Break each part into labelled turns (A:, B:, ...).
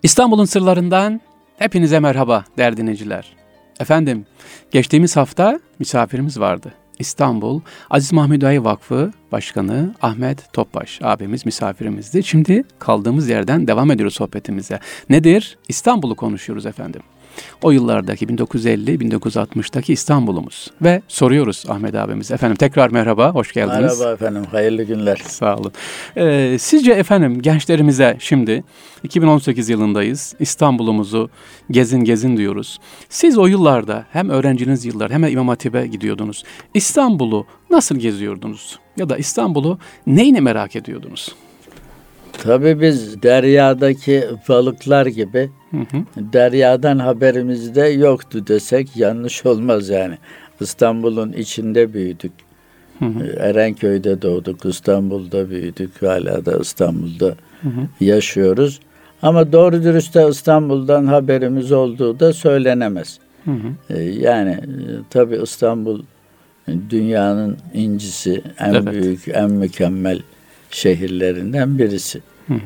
A: İstanbul'un sırlarından hepinize merhaba değerli dinleyiciler. Efendim, geçtiğimiz hafta misafirimiz vardı. İstanbul Aziz Mahmud Ağa'yı Vakfı Başkanı Ahmet Topbaş abimiz misafirimizdi. Şimdi kaldığımız yerden devam ediyoruz sohbetimize. Nedir? İstanbul'u konuşuyoruz efendim. O yıllardaki 1950-1960'daki İstanbul'umuz. Ve soruyoruz Ahmet abimize. Efendim tekrar merhaba, hoş geldiniz.
B: Merhaba efendim, hayırlı günler.
A: Sağ olun. Sizce efendim gençlerimize şimdi 2018 yılındayız. İstanbul'umuzu gezin diyoruz. Siz o yıllarda hem öğrenciniz yıllar hem de İmam Hatip'e gidiyordunuz. İstanbul'u nasıl geziyordunuz? Ya da İstanbul'u neyini merak ediyordunuz?
B: Tabii biz deryadaki balıklar gibi deryadan haberimiz de yoktu desek yanlış olmaz yani. İstanbul'un içinde büyüdük. Erenköy'de doğduk, İstanbul'da büyüdük. Hala da İstanbul'da yaşıyoruz. Ama doğru dürüst de İstanbul'dan haberimiz olduğu da söylenemez. Yani tabii İstanbul dünyanın incisi, en büyük, en mükemmel şehirlerinden birisi.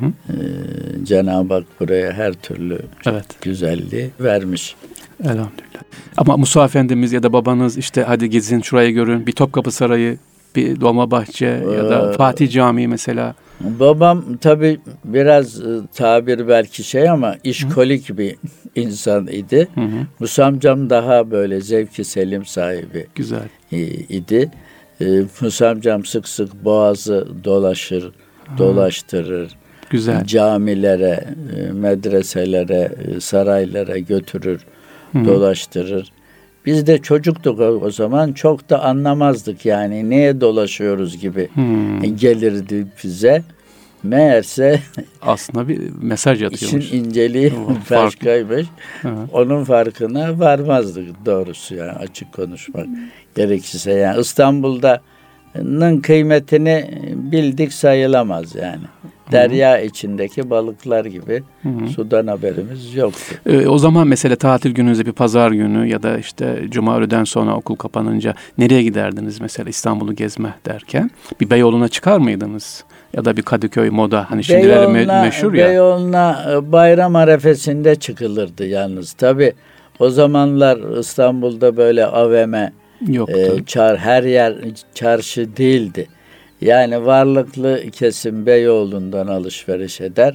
B: Cenab-ı Hak buraya her türlü güzelliği vermiş.
A: Elhamdülillah. Ama Musa Efendimiz ya da babanız işte hadi gezin şurayı görün, bir Topkapı Sarayı, bir Dolmabahçe ya da Fatih Camii mesela.
B: Babam tabii biraz tabir belki ama işkolik bir insan idi. Musa amcam daha böyle zevki selim sahibi idi. Musa amcam sık sık Boğaz'ı dolaştırır.
A: Güzel.
B: Camilere, medreselere, saraylara götürür, dolaştırır. Biz de çocuktuk o zaman, çok da anlamazdık yani neye dolaşıyoruz gibi gelirdi bize. Meğerse
A: aslında bir mesaj atıyormuş.
B: İşin inceliği başkaymış. Onun farkına varmazdık doğrusu yani, açık konuşmak gerekirse. Yani İstanbul'un kıymetini bildik sayılamaz yani. Derya içindeki balıklar gibi sudan haberimiz yoktu.
A: O zaman mesela tatil gününüzde bir pazar günü ya da işte cuma öğleden sonra okul kapanınca nereye giderdiniz mesela İstanbul'u gezme derken? Bir Beyoğlu'na çıkar mıydınız? Ya da bir Kadıköy Moda, hani şimdileri meşhur ya.
B: Beyoğlu'na bayram arefesinde çıkılırdı yalnız. Tabii o zamanlar İstanbul'da böyle AVM yoktu. Her yer çarşı değildi. Yani varlıklı kesim Beyoğlu'ndan alışveriş eder.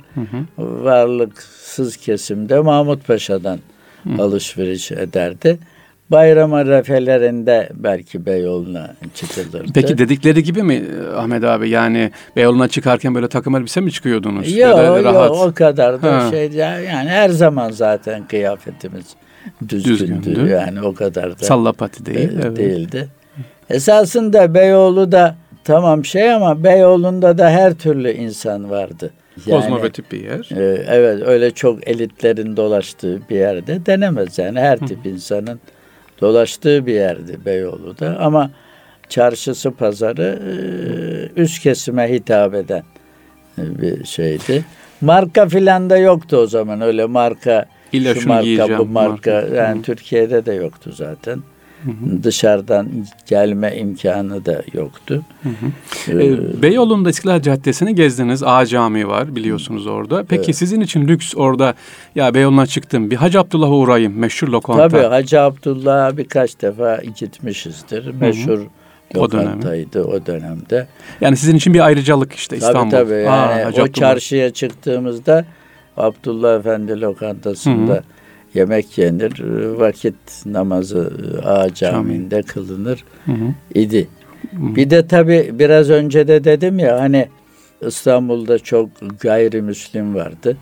B: Varlıksız kesim de Mahmutpaşa'dan alışveriş ederdi. Bayram arefelerinde belki Beyoğlu'na çıkılırdı.
A: Peki dedikleri gibi mi Ahmet abi? Yani Beyoğlu'na çıkarken böyle takım elbise mi çıkıyordunuz?
B: Yok o kadar da yani her zaman zaten kıyafetimiz düzgündü. Yani o kadar da
A: sallapati
B: değildi. Esasında Beyoğlu da tamam ama Beyoğlu'nda da her türlü insan vardı.
A: Yani, kozmopolitik bir yer.
B: Evet, öyle çok elitlerin dolaştığı bir yerde denemez yani. Her tip insanın dolaştığı bir yerdi Beyoğlu'da. Ama çarşısı, pazarı üst kesime hitap eden bir şeydi. Marka filan da yoktu o zaman. Öyle marka, şu marka, bu marka. Yani Türkiye'de de yoktu zaten. Dışarıdan gelme imkanı da yoktu.
A: Beyoğlu'nda İstiklal Caddesi'ni gezdiniz. Ağa Camii var biliyorsunuz orada. Peki sizin için lüks orada, ya Beyoğlu'na çıktım bir Hacı Abdullah'a uğrayayım, meşhur lokanta.
B: Tabii Hacı Abdullah'a birkaç defa gitmişizdir. Meşhur lokantaydı o dönemde.
A: Yani sizin için bir ayrıcalık işte İstanbul.
B: Tabii yani o çarşıya çıktığımızda Abdullah Efendi lokantasında yemek yenir, vakit namazı Ağa Camii'nde kılınır idi. Bir de tabii biraz önce de dedim ya, hani İstanbul'da çok gayrimüslim vardı.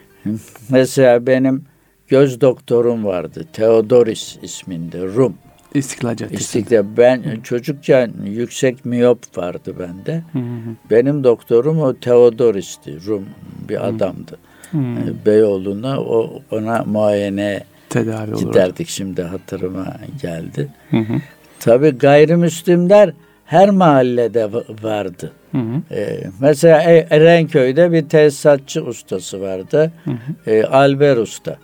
B: Mesela benim göz doktorum vardı. Theodoris isminde, Rum.
A: İstiklal Caddesi.
B: Ben çocukken yüksek miyop vardı bende. Benim doktorum o Theodoris'ti. Rum bir adamdı. Beyoğlu'na ona muayene
A: tedavi
B: giderdik. Şimdi hatırıma geldi. Tabii gayrimüslimler her mahallede vardı. Mesela Erenköy'de bir tesisatçı ustası vardı. Alber Usta.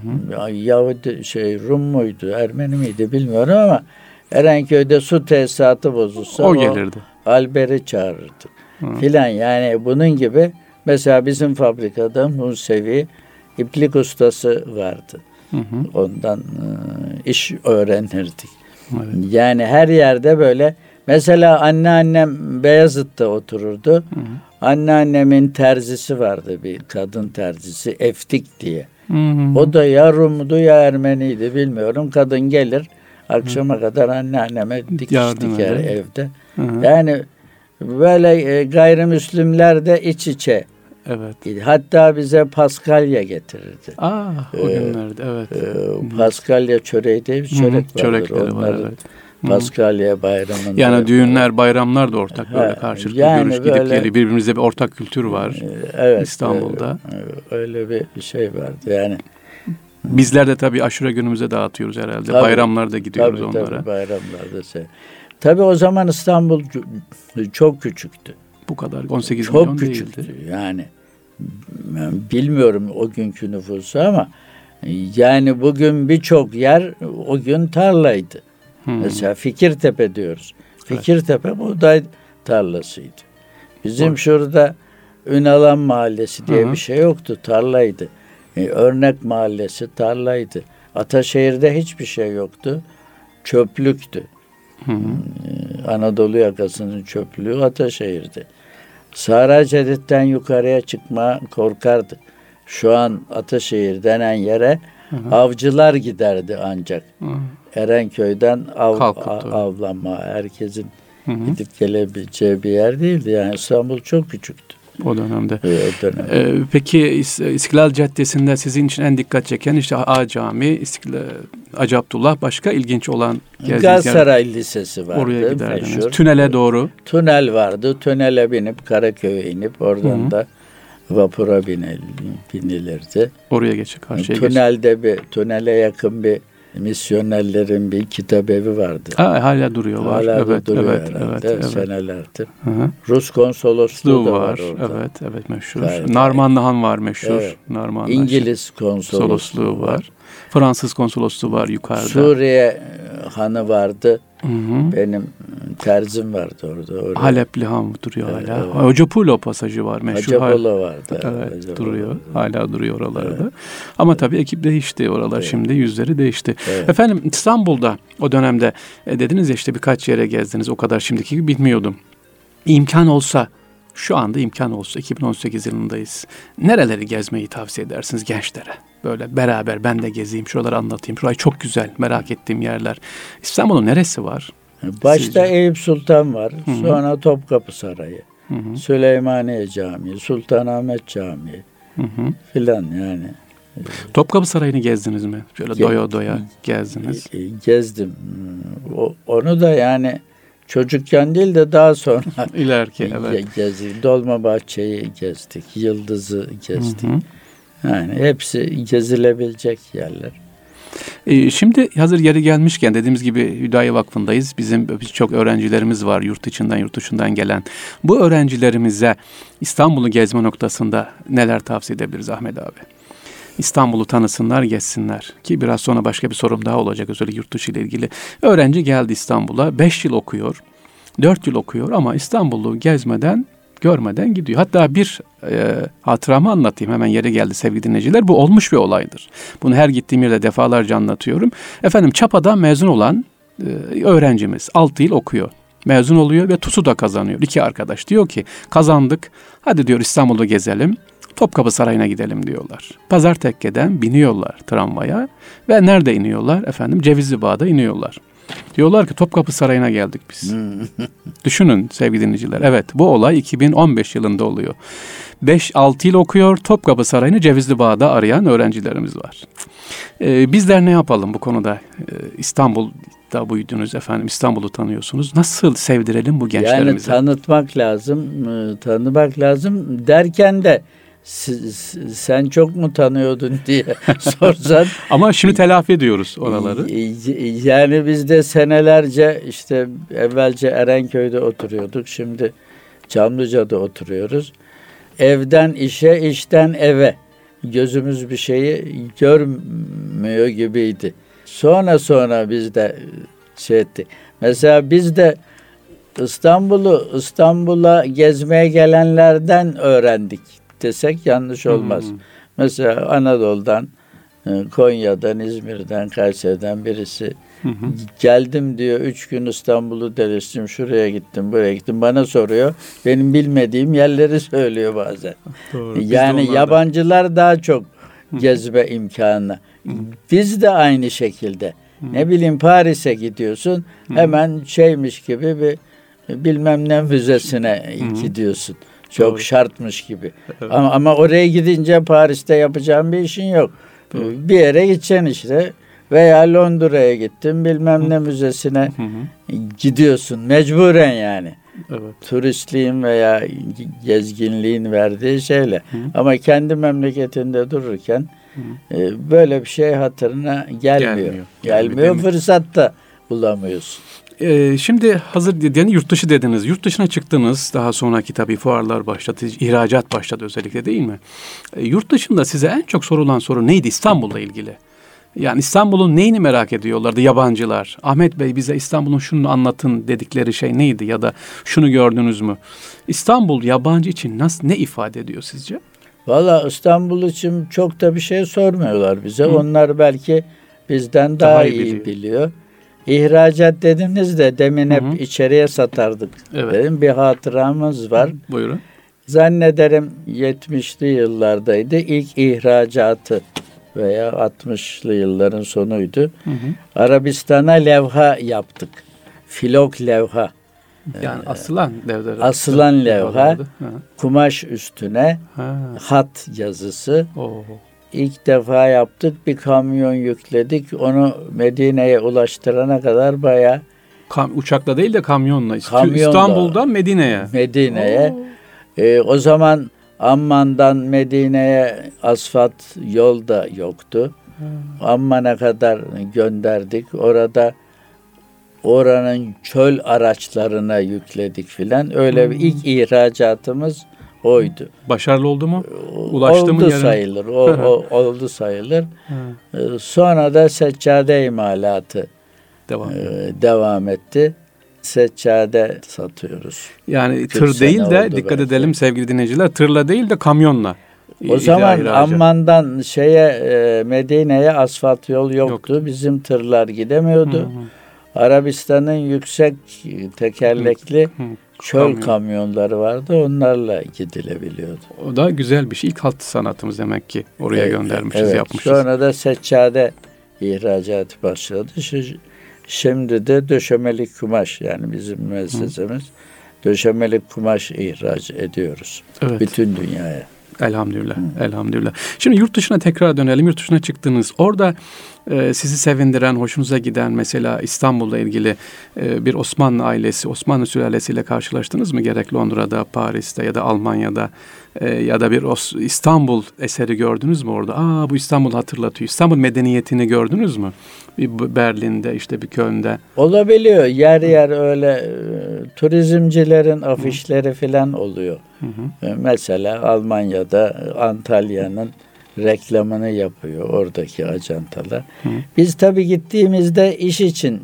B: Yahudi Rum muydu, Ermeni miydi bilmiyorum ama Erenköy'de su tesisatı bozulsa o
A: gelirdi.
B: Alber'i çağırırdı filan. Yani bunun gibi mesela bizim fabrikada Musevi iplik ustası vardı.
A: Hı hı.
B: Ondan iş öğrenirdik.
A: Evet.
B: Yani her yerde böyle. Mesela anneannem Beyazıt'ta otururdu.
A: Hı hı.
B: Anneannemin terzisi vardı, bir kadın terzisi, Eftik diye.
A: Hı hı.
B: O da ya Rum'du ya Ermeniydi bilmiyorum. Kadın gelir akşama kadar anneanneme dikiş
A: Yardım
B: diker
A: eder.
B: evde.
A: Hı hı.
B: Yani böyle gayrimüslimler de iç içe.
A: Evet.
B: Hatta bize paskalya getirirdi.
A: O günlerde evet.
B: Paskalya çöreği diye bir çörek vardır.
A: Çörekleri var,
B: Onların
A: evet. Hı.
B: Paskalya bayramında.
A: Yani düğünler, bayramlar da ortak böyle karşılıklı
B: yani
A: görüş, gidip
B: böyle,
A: gelip birbirimize bir ortak kültür var
B: evet,
A: İstanbul'da.
B: öyle bir şey vardı yani.
A: Bizler de tabii aşure günümüze dağıtıyoruz herhalde.
B: Tabii,
A: bayramlarda gidiyoruz onlara.
B: Tabii bayramlarda. Tabii o zaman İstanbul çok küçüktü.
A: Bu kadar 18
B: Çok
A: milyon
B: küçüktü
A: değildi.
B: yani. Ben bilmiyorum o günkü nüfusu ama yani bugün birçok yer o gün tarlaydı. Mesela Fikirtepe diyoruz. Fikirtepe buğday tarlasıydı. Bizim şurada Ünalan Mahallesi diye bir şey yoktu. Tarlaydı. Örnek Mahallesi tarlaydı. Ataşehir'de hiçbir şey yoktu. Çöplüktü. Anadolu yakasının çöplüğü Ataşehir'di. Sarıcedet'ten yukarıya çıkma korkardı. Şu an Ataşehir denen yere avcılar giderdi ancak. Erenköy'den avlanma, herkesin gidip gelebileceği bir yer değildi. Yani İstanbul çok küçüktü.
A: O dönemde. Peki İstiklal Caddesi'nde sizin için en dikkat çeken işte A Camii, Hacı Abdullah, başka ilginç olan
B: Galatasaray Lisesi vardı.
A: Oraya giderdiniz.
B: Meşhur.
A: Tünele doğru.
B: Tünel vardı. Tünele binip Karaköy'e inip oradan da vapura binilirdi.
A: Oraya karşıya
B: Tünele yakın bir misyonerlerin bir kitabevi vardı.
A: Hala duruyor var.
B: Hala duruyor herhalde senelerdir. Rus konsolosluğu da var orada.
A: Evet meşhur. Narmanlı Han var meşhur.
B: Evet.
A: Narmanlı
B: İngiliz konsolosluğu var.
A: Fransız konsolosluğu var yukarıda.
B: Suriye Hanı vardı. Benim terzim vardı orada.
A: Halepli Han duruyor hala.
B: Evet.
A: Hocapulo pasajı var meşhur.
B: Hocapulo vardı.
A: Evet, duruyor. Hala duruyor oralarda. Evet. Ama tabii ekip değişti oralar. Evet. Şimdi yüzleri değişti. Evet. Efendim İstanbul'da o dönemde dediniz ya işte birkaç yere gezdiniz. O kadar şimdiki gibi bilmiyordum. İmkan olsa, şu anda imkan olsa 2018 yılındayız. Nereleri gezmeyi tavsiye edersiniz gençlere? Böyle beraber ben de gezeyim, şuraları anlatayım. Şurayı çok güzel, merak ettiğim yerler. İstanbul'un neresi var?
B: Başta Eyüp Sultan var. Hı-hı. Sonra Topkapı Sarayı. Hı-hı. Süleymaniye Camii, Sultanahmet Camii filan yani.
A: Topkapı Sarayı'nı gezdiniz mi? Şöyle doya doya gezdiniz.
B: Gezdim. Onu da yani çocukken değil de daha sonra
A: ileriki
B: gezdik. Dolmabahçe'yi gezdik. Yıldız'ı gezdik. Yani hepsi gezilebilecek yerler.
A: Şimdi hazır yeri gelmişken dediğimiz gibi Hüdayi Vakfı'ndayız. Bizim birçok öğrencilerimiz var yurt içinden yurt dışından gelen. Bu öğrencilerimize İstanbul'u gezme noktasında neler tavsiye edebiliriz Ahmet abi? İstanbul'u tanısınlar, gezsinler. Ki biraz sonra başka bir sorum daha olacak özellikle yurt dışı ile ilgili. Öğrenci geldi İstanbul'a, 5 yıl okuyor, 4 yıl okuyor ama İstanbul'u gezmeden, görmeden gidiyor. Hatta bir hatıramı anlatayım hemen yeri geldi sevgili dinleyiciler. Bu olmuş bir olaydır. Bunu her gittiğim yerde defalarca anlatıyorum. Efendim Çapa'dan mezun olan öğrencimiz 6 yıl okuyor. Mezun oluyor ve TUS'u da kazanıyor. 2 arkadaş diyor ki kazandık, hadi diyor İstanbul'u gezelim. Topkapı Sarayı'na gidelim diyorlar. Pazartekke'den biniyorlar tramvaya ve nerede iniyorlar? Efendim Cevizlibağ'da iniyorlar. Diyorlar ki Topkapı Sarayı'na geldik biz. Düşünün sevgili dinleyiciler. Evet bu olay 2015 yılında oluyor. 5-6 yıl okuyor Topkapı Sarayı'nı Cevizlibağ'da arayan öğrencilerimiz var. Bizler ne yapalım bu konuda? İstanbul'da büyüdünüz efendim. İstanbul'u tanıyorsunuz. Nasıl sevdirelim bu gençlerimize?
B: Yani tanımak lazım derken de sen çok mu tanıyordun diye sorsan.
A: Ama şimdi telafi ediyoruz oraları.
B: Yani biz de senelerce işte evvelce Erenköy'de oturuyorduk. Şimdi Çamlıca'da oturuyoruz. Evden işe, işten eve. Gözümüz bir şeyi görmüyor gibiydi. Sonra biz de şey ettik. Mesela biz de İstanbul'a gezmeye gelenlerden öğrendik desek yanlış olmaz. Mesela Anadolu'dan, Konya'dan, İzmir'den, Kayseri'den birisi geldim diyor. 3 gün İstanbul'u dolaştım. Şuraya gittim, buraya gittim. Bana soruyor. Benim bilmediğim yerleri söylüyor bazen.
A: Doğru.
B: Yani yabancılar daha çok gezme imkanı. Biz de aynı şekilde. Ne bileyim Paris'e gidiyorsun. Hemen şeymiş gibi bir bilmem ne müzesine gidiyorsun. Çok
A: Doğru.
B: şartmış gibi.
A: Evet.
B: Ama oraya gidince Paris'te yapacağın bir işin yok.
A: Doğru.
B: Bir yere gideceksin işte. Veya Londra'ya gittin bilmem ne müzesine gidiyorsun. Mecburen yani.
A: Evet.
B: Turistliğin veya gezginliğin verdiği şeyle. Ama kendi memleketinde dururken böyle bir şey hatırına gelmiyor. Gelmiyor. Fırsat da bulamıyorsun.
A: Şimdi hazır yani yurt dışı dediniz. Yurt dışına çıktınız. Daha sonraki tabii fuarlar başladı. İhracat başladı özellikle değil mi? Yurt dışında size en çok sorulan soru neydi İstanbul'la ilgili? Yani İstanbul'un neyini merak ediyorlardı yabancılar? Ahmet Bey bize İstanbul'un şunu anlatın dedikleri şey neydi? Ya da şunu gördünüz mü? İstanbul yabancı için ne ifade ediyor sizce?
B: Valla İstanbul için çok da bir şey sormuyorlar bize. Onlar belki bizden daha iyi biliyor. İhracat dediniz de demin hep içeriye satardık.
A: Evet.
B: Dedim. Bir hatıramız var.
A: Buyurun.
B: Zannederim 70'li yıllardaydı. İlk ihracatı veya 60'lı yılların sonuydu. Arabistan'a levha yaptık. Filok levha.
A: Yani asılan levhalar.
B: Asılan levha. Kumaş üstüne hat yazısı. İlk defa yaptık. Bir kamyon yükledik. Onu Medine'ye ulaştırana kadar bayağı
A: uçakla değil de kamyonla.
B: İstanbul'dan
A: Medine'ye.
B: O zaman Amman'dan Medine'ye asfalt yol da yoktu. Amman'a kadar gönderdik. Orada oranın çöl araçlarına yükledik filan. Öyle bir ilk ihracatımız oydu.
A: Başarılı oldu mu? Ulaştı mı?
B: Sayılır. Oldu sayılır. Sonra da seccade imalatı devam etti. Seccade satıyoruz.
A: Yani tır değil de dikkat edelim sevgili dinleyiciler, tırla değil de kamyonla.
B: O zaman Amman'dan Medine'ye asfalt yol yoktu. Bizim tırlar gidemiyordu. Arabistan'ın yüksek tekerlekli çöl kamyonları vardı. Onlarla gidilebiliyordu.
A: O da güzel bir şey. İlk halk sanatımız demek ki. Oraya göndermişiz, yapmışız.
B: Sonra da seccade ihracatı başladı. Şimdi de döşemelik kumaş, yani bizim müessesemiz döşemelik kumaş ihraç ediyoruz. Evet. Bütün dünyaya.
A: Elhamdülillah. Elhamdülillah. Şimdi yurt dışına tekrar dönelim. Yurt dışına çıktınız. Orada sizi sevindiren, hoşunuza giden mesela İstanbul'la ilgili bir Osmanlı ailesi, Osmanlı sülalesiyle karşılaştınız mı? Gerek Londra'da, Paris'te ya da Almanya'da ya da bir İstanbul eseri gördünüz mü orada? Bu İstanbul hatırlatıyor. İstanbul medeniyetini gördünüz mü? Bir Berlin'de, işte bir Köln'de.
B: Olabiliyor. Yer yer öyle turizmcilerin afişleri falan oluyor. Mesela Almanya'da Antalya'nın reklamını yapıyor oradaki ajantalar. Biz tabii gittiğimizde iş için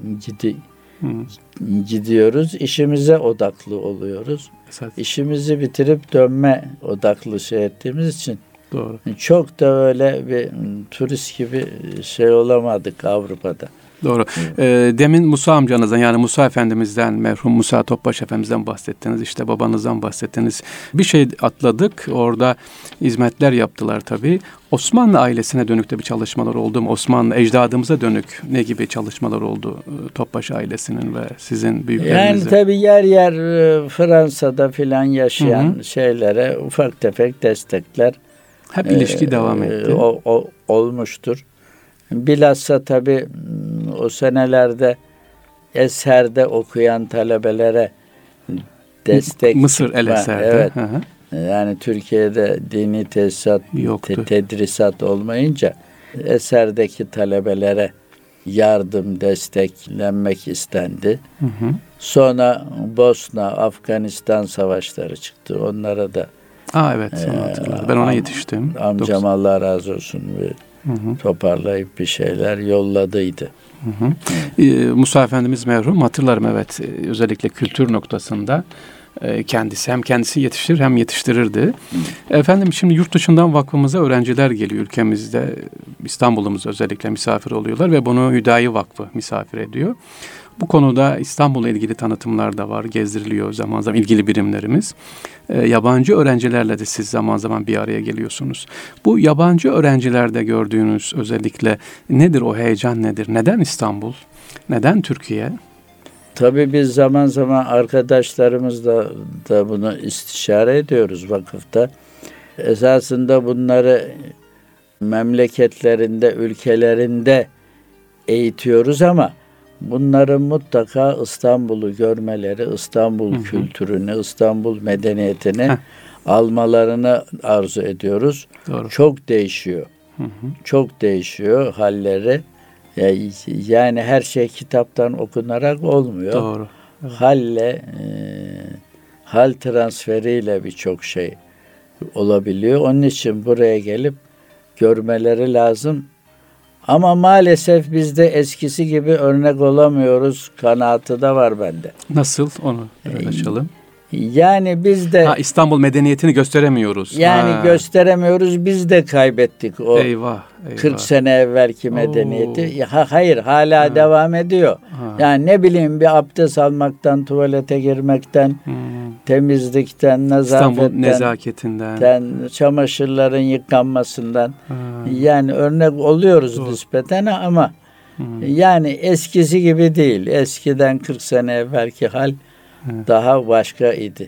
B: gidiyoruz. İşimize odaklı oluyoruz. İşimizi bitirip dönme odaklı şey ettiğimiz için
A: doğru.
B: Çok da öyle bir turist gibi şey olamadık Avrupa'da.
A: Doğru. Demin Musa amcanızdan, yani Musa Efendimiz'den, merhum Musa Topbaş Efendimiz'den bahsettiniz. İşte babanızdan bahsettiniz. Bir şey atladık. Orada hizmetler yaptılar tabii. Osmanlı ailesine dönük de bir çalışmalar oldu mu? Osmanlı ecdadımıza dönük ne gibi çalışmalar oldu Topbaş ailesinin ve sizin büyüklerinizin?
B: Yani tabii yer yer Fransa'da filan yaşayan şeylere ufak tefek destekler
A: hep ilişki devam etti.
B: Olmuştur. Bilhassa tabii o senelerde Eser'de okuyan talebelere destek.
A: Mısır El Eser'de.
B: Evet. Yani Türkiye'de dini tesisat, tedrisat olmayınca Eser'deki talebelere yardım, desteklenmek istendi. Sonra Bosna, Afganistan savaşları çıktı. Onlara da
A: evet, hatırladım. Ben ona yetiştim.
B: Amcam Allah razı olsun toparlayıp bir şeyler yolladıydı.
A: Musa Efendimiz merhum, hatırlarım evet, özellikle kültür noktasında kendisi. Hem kendisi yetiştirir hem yetiştirirdi. Efendim şimdi yurt dışından vakfımıza öğrenciler geliyor ülkemizde. İstanbul'umuzda özellikle misafir oluyorlar ve bunu Hüdayi Vakfı misafir ediyor. Bu konuda İstanbul'la ilgili tanıtımlar da var, gezdiriliyor zaman zaman ilgili birimlerimiz. Yabancı öğrencilerle de siz zaman zaman bir araya geliyorsunuz. Bu yabancı öğrencilerde gördüğünüz özellikle nedir, o heyecan nedir? Neden İstanbul? Neden Türkiye?
B: Tabii biz zaman zaman arkadaşlarımızla da bunu istişare ediyoruz vakıfta. Esasında bunları memleketlerinde, ülkelerinde eğitiyoruz ama bunların mutlaka İstanbul'u görmeleri, İstanbul kültürünü, İstanbul medeniyetini almalarını arzu ediyoruz.
A: Doğru.
B: Çok değişiyor. Çok değişiyor halleri. Yani her şey kitaptan okunarak olmuyor.
A: Doğru.
B: Evet. Hal transferiyle birçok şey olabiliyor. Onun için buraya gelip görmeleri lazım. Ama maalesef biz de eskisi gibi örnek olamıyoruz kanaatı da var bende.
A: Nasıl? Onu açalım.
B: Yani biz de
A: İstanbul medeniyetini gösteremiyoruz.
B: Gösteremiyoruz. Biz de kaybettik o
A: eyvah.
B: 40 sene evvelki medeniyeti. Hayır, hala devam ediyor. Yani ne bileyim, bir abdest almaktan, tuvalete girmekten, temizlikten, nezafetten,
A: İstanbul nezaketinden,
B: çamaşırların yıkanmasından. Yani örnek oluyoruz nispeten ama yani eskisi gibi değil. Eskiden 40 sene evvelki hal daha başka idi.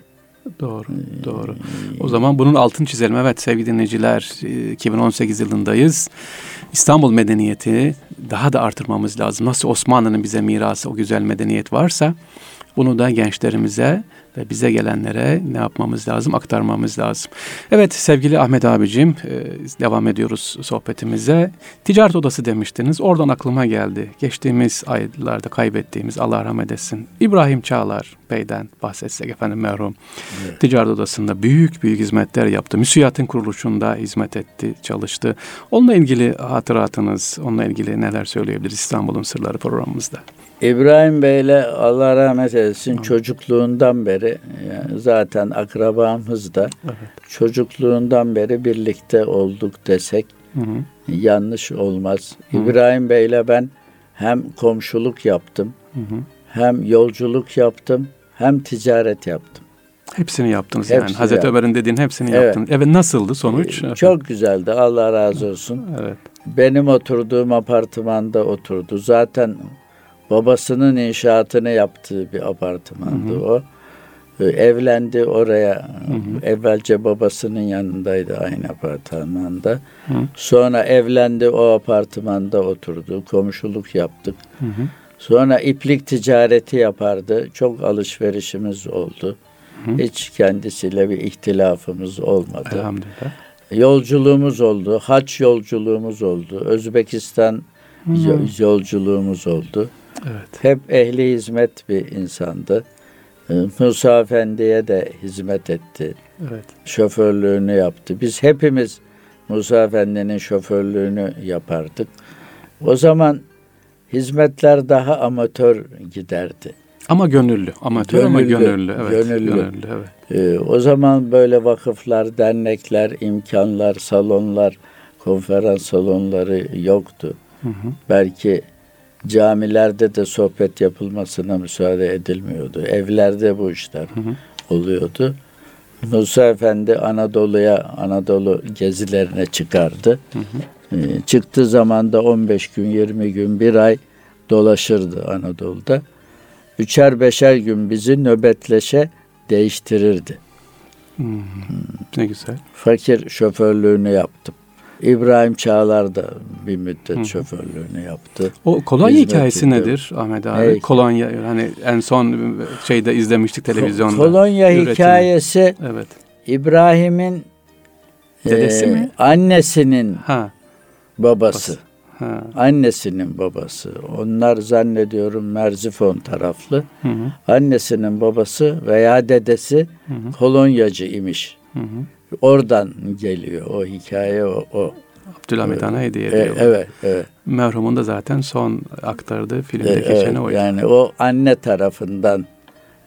A: Doğru. O zaman bunun altını çizelim. Evet sevgili dinleyiciler, 2018 yılındayız. İstanbul medeniyeti daha da artırmamız lazım. Nasıl Osmanlı'nın bize mirası, o güzel medeniyet varsa bunu da gençlerimize ve bize gelenlere ne yapmamız lazım? Aktarmamız lazım. Evet sevgili Ahmet abicim, devam ediyoruz sohbetimize. Ticaret odası demiştiniz. Oradan aklıma geldi. Geçtiğimiz aylarda kaybettiğimiz, Allah rahmet etsin, İbrahim Çağlar Bey'den bahsetsek efendim, merhum. Evet. Ticaret odasında büyük hizmetler yaptı. MÜSİAD'ın kuruluşunda hizmet etti, çalıştı. Onunla ilgili hatıratınız, onunla ilgili neler söyleyebiliriz İstanbul'un Sırları programımızda?
B: İbrahim Bey'le Allah rahmet eylesin çocukluğundan beri, yani zaten akrabamız da, çocukluğundan beri birlikte olduk desek yanlış olmaz. İbrahim Bey'le ben hem komşuluk yaptım, hem yolculuk yaptım, hem ticaret yaptım.
A: Hepsini yaptınız yani. Hazreti Ömer'in dediğin hepsini yaptınız. Evet, nasıldı sonuç?
B: Çok güzeldi. Allah razı olsun.
A: Evet.
B: Benim oturduğum apartmanda oturdu. Zaten babasının inşaatını yaptığı bir apartmandı o. Evlendi oraya. Evvelce babasının yanındaydı aynı apartmanda. Sonra evlendi, o apartmanda oturdu. Komşuluk yaptık. Sonra iplik ticareti yapardı. Çok alışverişimiz oldu. Hiç kendisiyle bir ihtilafımız olmadı.
A: Elhamdülillah.
B: Yolculuğumuz oldu. Haç yolculuğumuz oldu. Özbekistan yolculuğumuz oldu.
A: Evet.
B: Hep ehli hizmet bir insandı. Musa Efendi'ye de hizmet etti.
A: Evet.
B: Şoförlüğünü yaptı. Biz hepimiz Musa Efendi'nin şoförlüğünü yapardık. O zaman hizmetler daha amatör giderdi.
A: Ama gönüllü. Amatör ama gönüllü. Evet. Gönüllü, evet.
B: O zaman böyle vakıflar, dernekler, imkanlar, salonlar, konferans salonları yoktu. Belki camilerde de sohbet yapılmasına müsaade edilmiyordu. Evlerde bu işler oluyordu. Musa Efendi Anadolu gezilerine çıkardı. Çıktığı zaman da 15 gün, 20 gün, bir ay dolaşırdı Anadolu'da. 3'er 5'er gün bizi nöbetleşe değiştirirdi.
A: Ne güzel.
B: Fakir şoförlüğünü yaptım. İbrahim Çağlar da bir müddet şoförlüğünü yaptı.
A: O kolonya hikayesi nedir Ahmet abi? Kolonya, hani en son şeyde izlemiştik televizyonda.
B: Kolonya hikayesi,
A: evet.
B: İbrahim'in
A: dedesi mi?
B: Annesinin babası. Annesinin babası. Onlar zannediyorum Merzifon taraflı. Annesinin babası veya dedesi kolonyacı imiş. Oradan geliyor o hikaye, o.
A: Abdülhamit Han'a hediye ediyor.
B: Evet.
A: Merhumun da zaten son aktardığı filmde geçeni oydu.
B: Yani o anne tarafından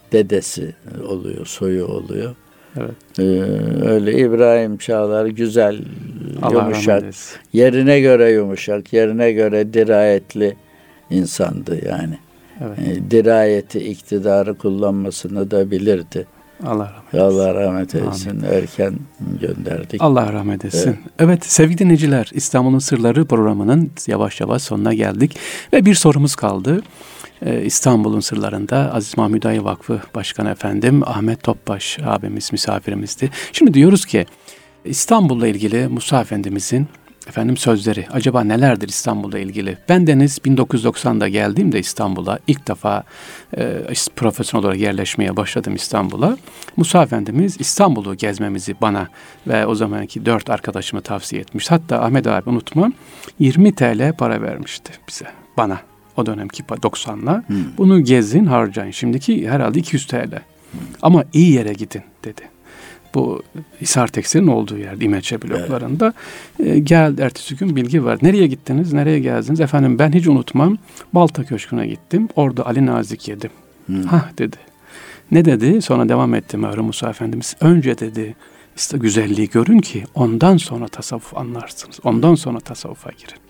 B: dedesi oluyor, soyu oluyor.
A: Evet.
B: Öyle İbrahim Çağlar güzel,
A: Allah
B: yumuşak,
A: rahmet eylesin.
B: yerine göre yumuşak, yerine göre dirayetli insandı yani.
A: Evet.
B: Dirayeti, iktidarı kullanmasını da bilirdi.
A: Allah rahmet eylesin.
B: Allah rahmet eylesin. Erken gönderdik.
A: Allah rahmet eylesin. Evet sevgili dinleyiciler, İstanbul'un Sırları programının yavaş yavaş sonuna geldik. Ve bir sorumuz kaldı. İstanbul'un Sırlarında Aziz Mahmud Hüdayi Vakfı Başkanı efendim Ahmet Topbaş abimiz misafirimizdi. Şimdi diyoruz ki İstanbul'la ilgili Musa Efendimizin sözleri acaba nelerdir İstanbul'la ilgili? Bendeniz 1990'da geldiğimde İstanbul'a ilk defa profesyonel olarak yerleşmeye başladım İstanbul'a. Musa Efendimiz İstanbul'u gezmemizi bana ve o zamanki 4 arkadaşıma tavsiye etmiş. Hatta Ahmet abi unutmam 20 TL para vermişti bize, bana. O dönemki 90'la. Bunu gezin, harcayın. Şimdiki herhalde 200 TL. Ama iyi yere gidin dedi. Bu Hisar Tekstil'in olduğu yerde, İmeçe bloklarında. Gel ertesi gün bilgi var. Nereye gittiniz, nereye geldiniz? Efendim ben hiç unutmam. Balta Köşkü'ne gittim. Orada Ali Nazik yedim. Hah dedi. Ne dedi? Sonra devam etti merhum Musa Efendimiz. Önce dedi işte güzelliği görün ki ondan sonra tasavvuf anlarsınız. Ondan sonra tasavvufa girin.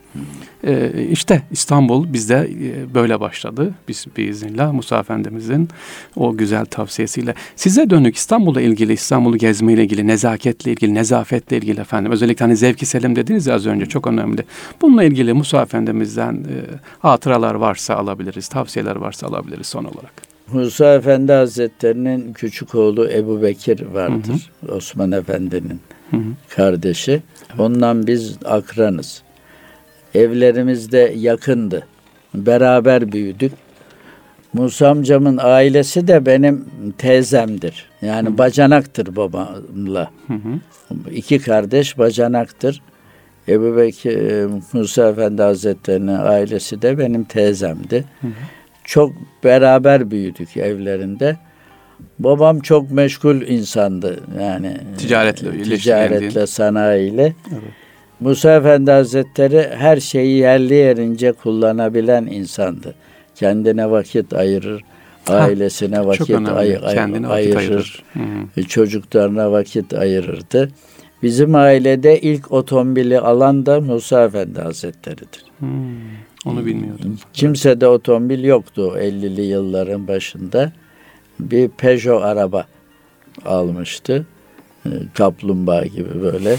A: İşte İstanbul bizde böyle başladı. Biz biiznillah Musa Efendimizin o güzel tavsiyesiyle. Size dönük İstanbul'la ilgili, İstanbul'u gezmeyle ilgili, nezaketle ilgili, nezafetle ilgili efendim. Özellikle hani zevk-i selim dediniz ya az önce, çok önemli. Bununla ilgili Musa Efendimiz'den hatıralar varsa alabiliriz, tavsiyeler varsa alabiliriz son olarak.
B: Musa Efendi Hazretleri'nin küçük oğlu Ebu Bekir vardır. Osman Efendi'nin kardeşi. Evet. Ondan biz akranız. Evlerimizde yakındı. Beraber büyüdük. Musa amcamın ailesi de benim teyzemdir. Yani bacanaktır babamla. 2 kardeş bacanaktır. Ebu Bekir, Musa Efendi Hazretleri'nin ailesi de benim teyzemdi. Çok beraber büyüdük evlerinde. Babam çok meşgul insandı. Yani ticaretle, sanayiyle. Evet. Musa Efendi Hazretleri her şeyi yerli yerince kullanabilen insandı. Kendine vakit ayırır, ailesine vakit ayırır, çocuklarına vakit ayırırdı. Bizim ailede ilk otomobili alan da Musa Efendi Hazretleri'dir.
A: Onu bilmiyordum.
B: Kimsede otomobil yoktu 50'li yılların başında. Bir Peugeot araba almıştı. Kaplumbağa gibi böyle.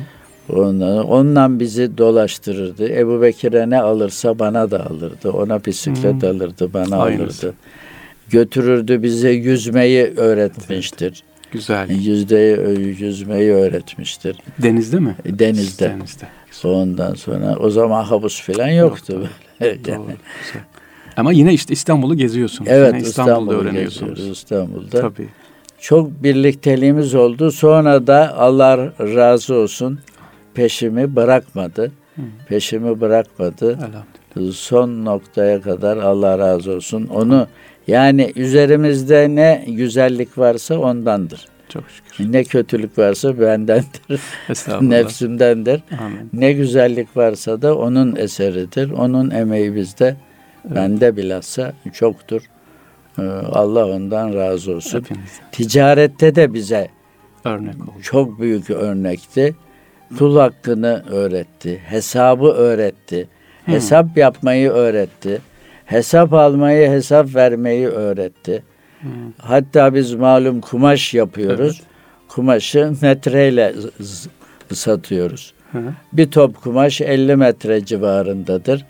B: Ondan bizi dolaştırırdı. Ebu Bekir'e ne alırsa bana da alırdı. Ona bisiklet alırdı, bana alırdı. Götürürdü, bize yüzmeyi öğretmiştir. Evet.
A: Güzel.
B: Yüzmeyi öğretmiştir.
A: Denizde mi?
B: Denizde. Ondan sonra o zaman havuz falan yoktu.
A: Doğru. Ama yine işte İstanbul'u geziyorsunuz.
B: Evet,
A: yine İstanbul'da öğreniyorsunuz.
B: İstanbul'da.
A: Tabii.
B: Çok birlikteliğimiz oldu. Sonra da Allah razı olsun peşimi bırakmadı. Peşimi bırakmadı. Son noktaya kadar Allah razı olsun. Onu yani üzerimizde ne güzellik varsa ondandır.
A: Çok şükür.
B: Ne kötülük varsa bendendir. Nefsimdendir.
A: Amin.
B: Ne güzellik varsa da onun eseridir. Onun emeği bizde. Evet. Bende bilhassa çoktur. Allah ondan razı olsun.
A: Hepinize.
B: Ticarette de bize
A: örnek oldu.
B: Çok büyük örnekti. Kul hakkını öğretti. Hesabı öğretti. Hesap yapmayı öğretti. Hesap almayı, hesap vermeyi öğretti. Hatta biz malum kumaş yapıyoruz. Evet. Kumaşı metreyle satıyoruz. Bir top kumaş 50 metre civarındadır.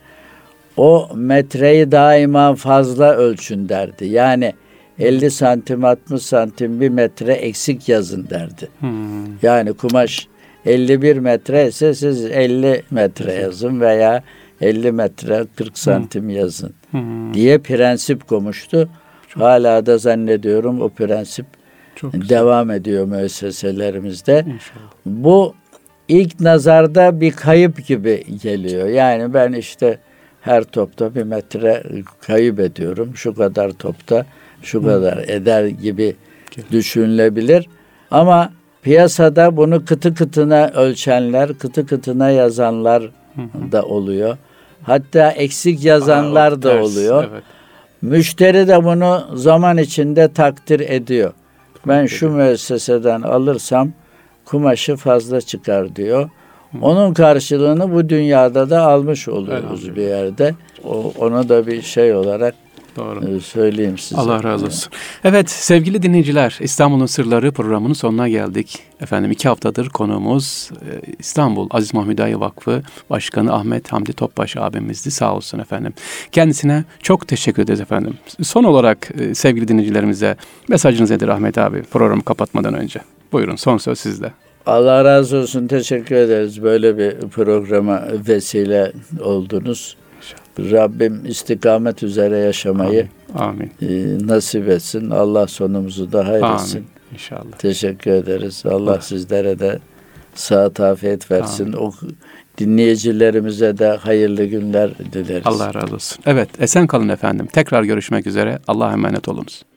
B: O metreyi daima fazla ölçün derdi. Yani 50 santim 60 santim bir metre eksik yazın derdi. Yani kumaş 51 metre ise siz 50 metre yazın veya 50 metre 40 santim yazın diye prensip koymuştu. Hala da zannediyorum o prensip devam ediyor müesseselerimizde. İnşallah. Bu ilk nazarda bir kayıp gibi geliyor. Yani ben işte her topta 1 metre kayıp ediyorum. Şu kadar topta şu kadar eder gibi düşünülebilir. Ama piyasada bunu kıtı kıtına ölçenler, kıtı kıtına yazanlar da oluyor. Hatta eksik yazanlar da oluyor. Evet. Müşteri de bunu zaman içinde takdir ediyor. Ben şu müesseseden alırsam kumaşı fazla çıkar diyor. Onun karşılığını bu dünyada da almış oluyoruz bir yerde. Onu da bir şey olarak
A: doğru
B: söyleyeyim size.
A: Allah razı olsun. Evet sevgili dinleyiciler, İstanbul'un Sırları programının sonuna geldik. Efendim 2 haftadır konuğumuz İstanbul Aziz Mahmud Hüdayi Vakfı Başkanı Ahmet Hamdi Topbaş abimizdi. Sağ olsun efendim. Kendisine çok teşekkür ederiz efendim. Son olarak sevgili dinleyicilerimize mesajınız nedir Ahmet abi programı kapatmadan önce? Buyurun, son söz sizde.
B: Allah razı olsun. Teşekkür ederiz. Böyle bir programa vesile oldunuz. Rabbim istikamet üzere yaşamayı
A: amin.
B: Nasip etsin. Allah sonumuzu da hayretsin.
A: Amin. İnşallah.
B: Teşekkür ederiz. Allah sizlere de sıhhat afiyet versin. O dinleyicilerimize de hayırlı günler dileriz.
A: Allah razı olsun. Evet, esen kalın efendim. Tekrar görüşmek üzere. Allah'a emanet olunuz.